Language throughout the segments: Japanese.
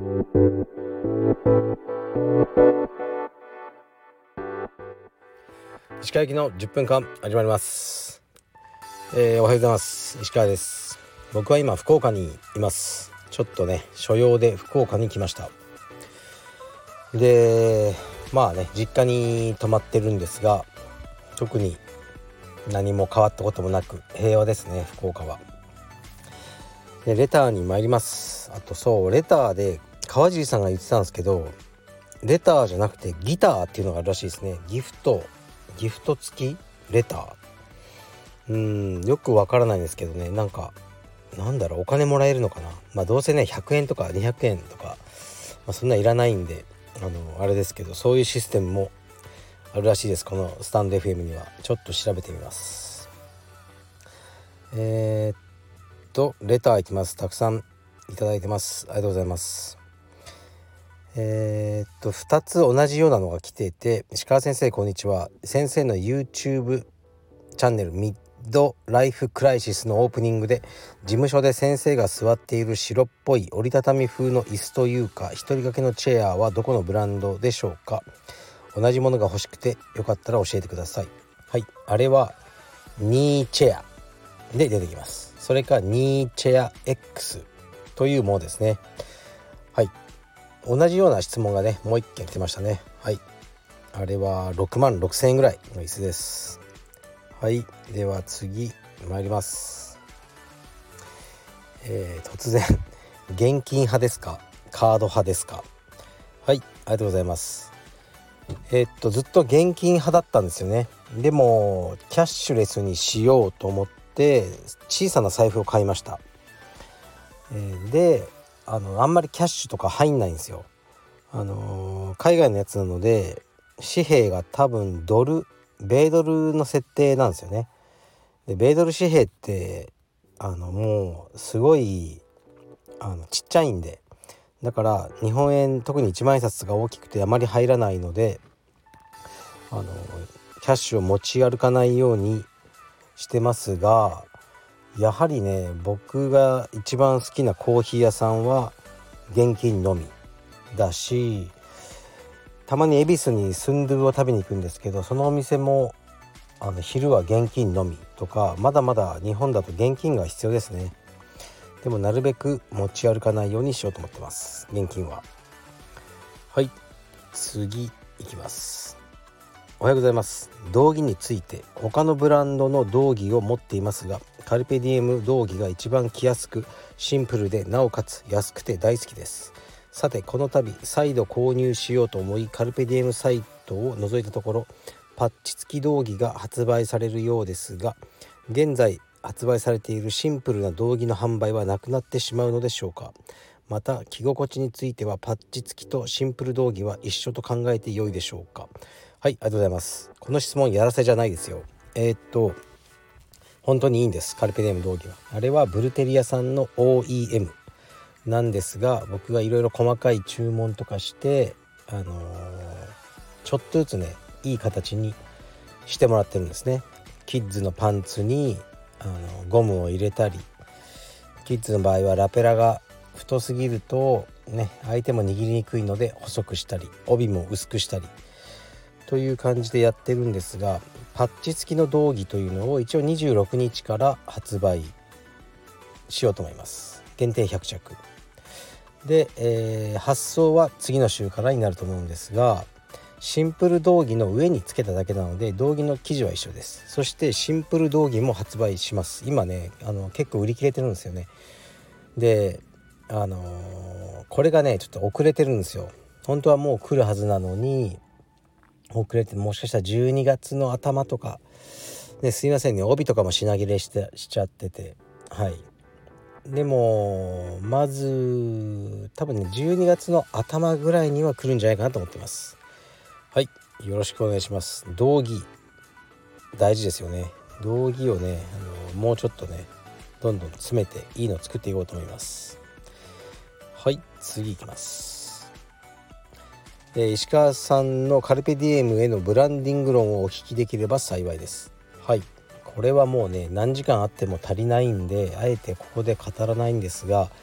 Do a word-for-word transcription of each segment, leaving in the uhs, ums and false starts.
石川行きのじゅっぷんかん始まります。えー、おはようございます。石川です。僕は今福岡にいます。ちょっとね所用で福岡に来ました。でまあね実家に泊まってるんですが、特に何も変わったこともなく平和ですね、福岡は。でレターに参ります。あとそうレターで川尻さんが言ってたんですけど、レターじゃなくてギターっていうのがあるらしいですね。ギフトギフト付きレター、うーんよくわからないんですけどね、なんかなんだろう、お金もらえるのかな。まあどうせねひゃくえんとかにひゃくえんとか、まあ、そんないらないんであのあれですけど、そういうシステムもあるらしいです。このスタンド エフエム には。ちょっと調べてみます。えー、っとレターいきます。たくさんいただいてます。ありがとうございます。えー、っとふたつ同じようなのが来ていて、石川先生こんにちは。先生の YouTube チャンネルミッドライフクライシスのオープニングで、事務所で先生が座っている白っぽい折りたたみ風の椅子というか一人掛けのチェアはどこのブランドでしょうか。同じものが欲しくてよかったら教えてください。はい、あれはニーチェアで出てきます。それかニーチェア X というものですね。はい、同じような質問がねもう一件来てましたね。はい、あれはろくまんろくせんえんぐらいの椅子です。はい、では次参ります。えー、突然現金派ですかカード派ですか。はい、ありがとうございます。えー、っとずっと現金派だったんですよね。でもキャッシュレスにしようと思って小さな財布を買いました。えー、であのあんまりキャッシュとか入んないんですよ。あのー、海外のやつなので紙幣が多分ドル米ドルの設定なんですよね。で米ドル紙幣ってあのもうすごいあのちっちゃいんで、だから日本円特にいちまん円札が大きくてあまり入らないので、あのキャッシュを持ち歩かないようにしてますが、やはりね僕が一番好きなコーヒー屋さんは現金のみだし、たまに恵比寿にスンドゥを食べに行くんですけど、そのお店もあの昼は現金のみとか、まだまだ日本だと現金が必要ですね。でもなるべく持ち歩かないようにしようと思ってます、現金は。はい、次いきます。おはようございます。道着について他のブランドの道着を持っていますが、カルペディエム道着が一番着やすくシンプルでなおかつ安くて大好きです。さてこの度再度購入しようと思いカルペディエムサイトを覗いたところ、パッチ付き道着が発売されるようですが、現在発売されているシンプルな道着の販売はなくなってしまうのでしょうか。また着心地についてはパッチ付きとシンプル道着は一緒と考えて良いでしょうか。はい、ありがとうございます。この質問やらせじゃないですよ。えー、っと本当にいいんです。カルペディエム道着はあれはブルテリアさんの オーイーエム なんですが、僕がいろいろ細かい注文とかしてあのー、ちょっとずつねいい形にしてもらってるんですね。キッズのパンツにあのゴムを入れたり、キッズの場合はラペラが太すぎるとね相手も握りにくいので細くしたり、帯も薄くしたりという感じでやってるんですが、パッチ付きの道着というのを一応にじゅうろくにちから発売しようと思います。限定ひゃくちゃくで、えー、発送は次の週からになると思うんですが、シンプル道着の上につけただけなので道着の生地は一緒です。そしてシンプル道着も発売します。今ねあの結構売り切れてるんですよね。であのー、これがねちょっと遅れてるんですよ。本当はもう来るはずなのに遅れて、もしかしたらじゅうにがつの頭とか、ね、すいませんね帯とかも品切れしてしちゃってて、はい。でもまず多分ねじゅうにがつの頭ぐらいには来るんじゃないかなと思ってます。はい、よろしくお願いします。道着大事ですよね。道着をねあのもうちょっとねどんどん詰めていいのを作っていこうと思います。はい、次いきます。えー、石川さんのカルペディエムへのブランディング論をお聞きできれば幸いです。はい、これはもうね何時間あっても足りないんであえてここで語らないんですが、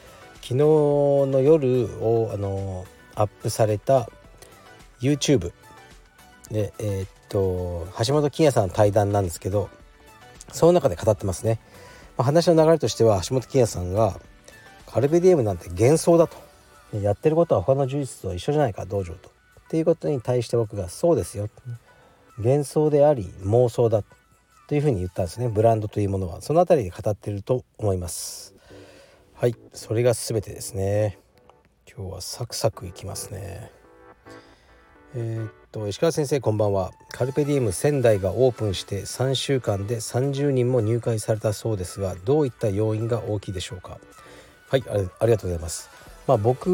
昨日の夜をあのアップされた YouTube で、えー、っと橋本金也さんの対談なんですけど、その中で語ってますね。まあ、話の流れとしては橋本金也さんがカルペディエムなんて幻想だと、やってることは他の充実と一緒じゃないか道場とっていうことに対して僕がそうですよ、幻想であり妄想だというふうに言ったんですね。ブランドというものはそのあたりで語っていると思います。はい、それが全てですね。今日はサクサクいきますね。えー、っと石川先生こんばんは。カルペディエム仙台がオープンしてさんしゅうかんでさんじゅうにんも入会されたそうですが、どういった要因が大きいでしょうか。はい、あり、ありがとうございます。まあ、僕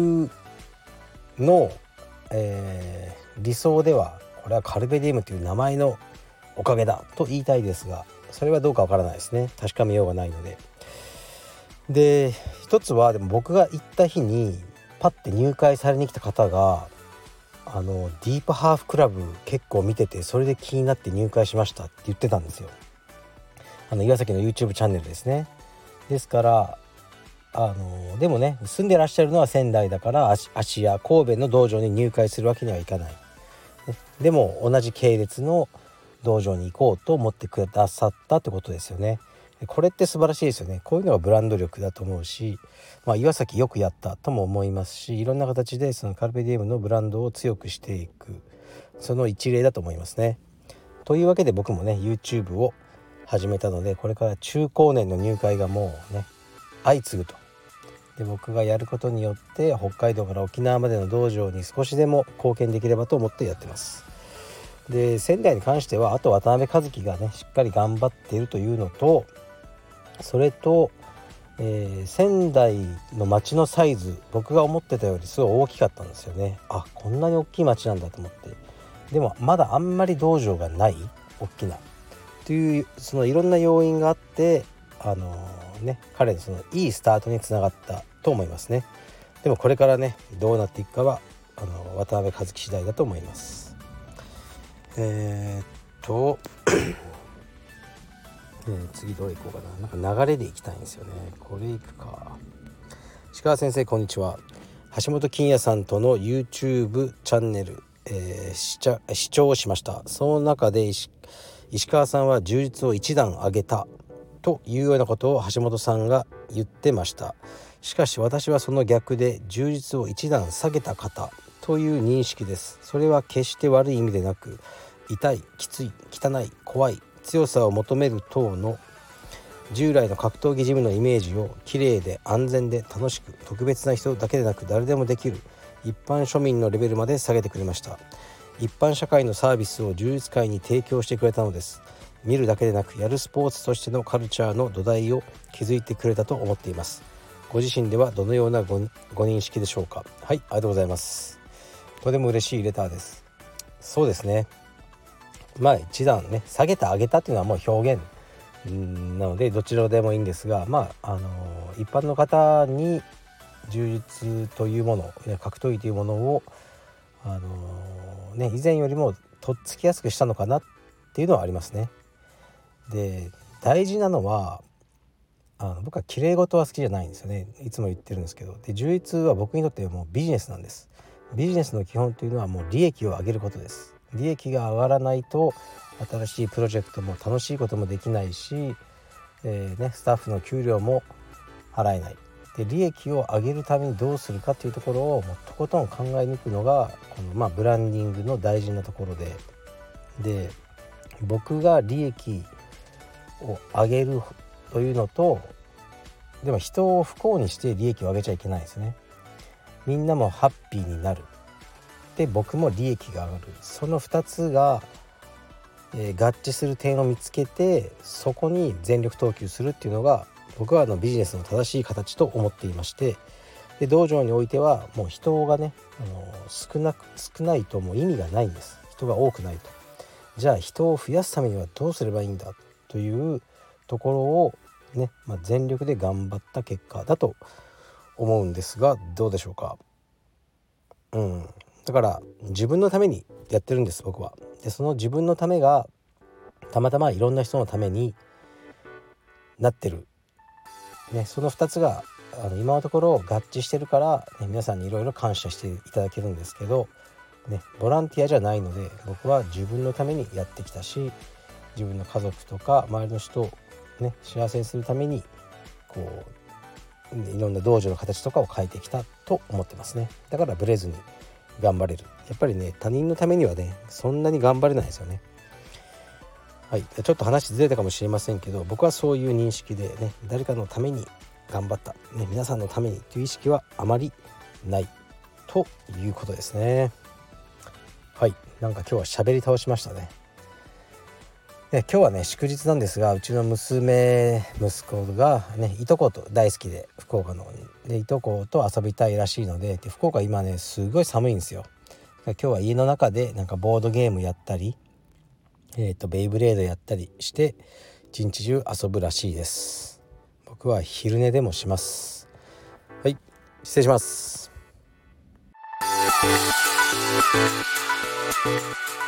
の、えー、理想ではこれはカルペディエムという名前のおかげだと言いたいですが、それはどうかわからないですね。確かめようがないので。で一つはでも僕が行った日にパッて入会されに来た方があのディープハーフクラブ結構見てて、それで気になって入会しましたって言ってたんですよ。あの岩崎の YouTube チャンネルですね。ですからあのでもね、住んでらっしゃるのは仙台だから芦屋神戸の道場に入会するわけにはいかない、ね、でも同じ系列の道場に行こうと思ってくださったってことですよね。これって素晴らしいですよね。こういうのがブランド力だと思うし、まあ、岩崎よくやったとも思いますし、いろんな形でそのカルペディエムのブランドを強くしていく、その一例だと思いますね。というわけで僕もね YouTube を始めたので、これから中高年の入会がもうね相次ぐと。で僕がやることによって北海道から沖縄までの道場に少しでも貢献できればと思ってやってます。で仙台に関してはあと渡辺和樹がねしっかり頑張っているというのと、それと、えー、仙台の町のサイズ、僕が思ってたよりすごい大きかったんですよね。あ、こんなに大きい町なんだと思って。でもまだあんまり道場がない大きなというそのいろんな要因があって、あのー、ね彼のそのいいスタートにつながったと思いますね。でもこれからねどうなっていくかはあの渡辺和樹次第だと思います。えー、っとえー、次どれいこうかな。なんか流れでいきたいんですよね。これいくか。石川先生こんにちは。橋本金也さんとの YouTube チャンネル、えー、視聴、視聴しました。その中で 石, 石川さんは充実を一段上げたというようなことを橋本さんが言ってました。しかし私はその逆で充実を一段下げた方という認識です。それは決して悪い意味でなく、痛い、きつい、汚い、怖い、強さを求める等の従来の格闘技ジムのイメージをきれいで安全で楽しく、特別な人だけでなく誰でもできる一般庶民のレベルまで下げてくれました。一般社会のサービスを柔術界に提供してくれたのです。見るだけでなくやるスポーツとしてのカルチャーの土台を築いてくれたと思っています。ご自身ではどのような ご, ご認識でしょうか。はい、ありがとうございます。とても嬉しいレターです。そうですね、まあ一段ね下げた上げたっていうのはもう表現なのでどちらでもいいんですが、まああの一般の方に柔術というもの、格闘技というものをあのね以前よりもとっつきやすくしたのかなっていうのはありますね。で大事なのはあの僕は綺麗事は好きじゃないんですよね。いつも言ってるんですけど、で柔術は僕にとってもうビジネスなんです。ビジネスの基本というのはもう利益を上げることです。利益が上がらないと新しいプロジェクトも楽しいこともできないし、えーね、スタッフの給料も払えない。で利益を上げるためにどうするかというところをもうとことん考え抜くのがこの、まあ、ブランディングの大事なところで、で僕が利益を上げるというのと、でも人を不幸にして利益を上げちゃいけないですね。みんなもハッピーになる、で僕も利益が上がる、そのふたつが、えー、合致する点を見つけてそこに全力投球するっていうのが僕はあのビジネスの正しい形と思っていまして、で道場においてはもう人がねあの少なく少ないともう意味がないんです。人が多くないと。じゃあ人を増やすためにはどうすればいいんだというところをね、まあ、全力で頑張った結果だと思うんですが、どうでしょうか。うん、だから自分のためにやってるんです僕は。でその自分のためがたまたまいろんな人のためになってる、ね、そのふたつがあの今のところ合致してるから、ね、皆さんにいろいろ感謝していただけるんですけど、ね、ボランティアじゃないので僕は自分のためにやってきたし、自分の家族とか周りの人を、ね、幸せにするためにこういろんな道場の形とかを変えてきたと思ってますね。だからブレずに頑張れる。やっぱりね、他人のためにはねそんなに頑張れないですよね。はい、ちょっと話ずれたかもしれませんけど、僕はそういう認識でね、誰かのために頑張った、ね、皆さんのためにという意識はあまりないということですね。はい、なんか今日は喋り倒しましたね。で今日はね祝日なんですが、うちの娘息子がねいとこと大好きで、福岡のでいとこと遊びたいらしいので、で福岡今ねすごい寒いんですよ。今日は家の中でなんかボードゲームやったり、えーとベイブレードやったりして一日中遊ぶらしいです。僕は昼寝でもします。はい、失礼します。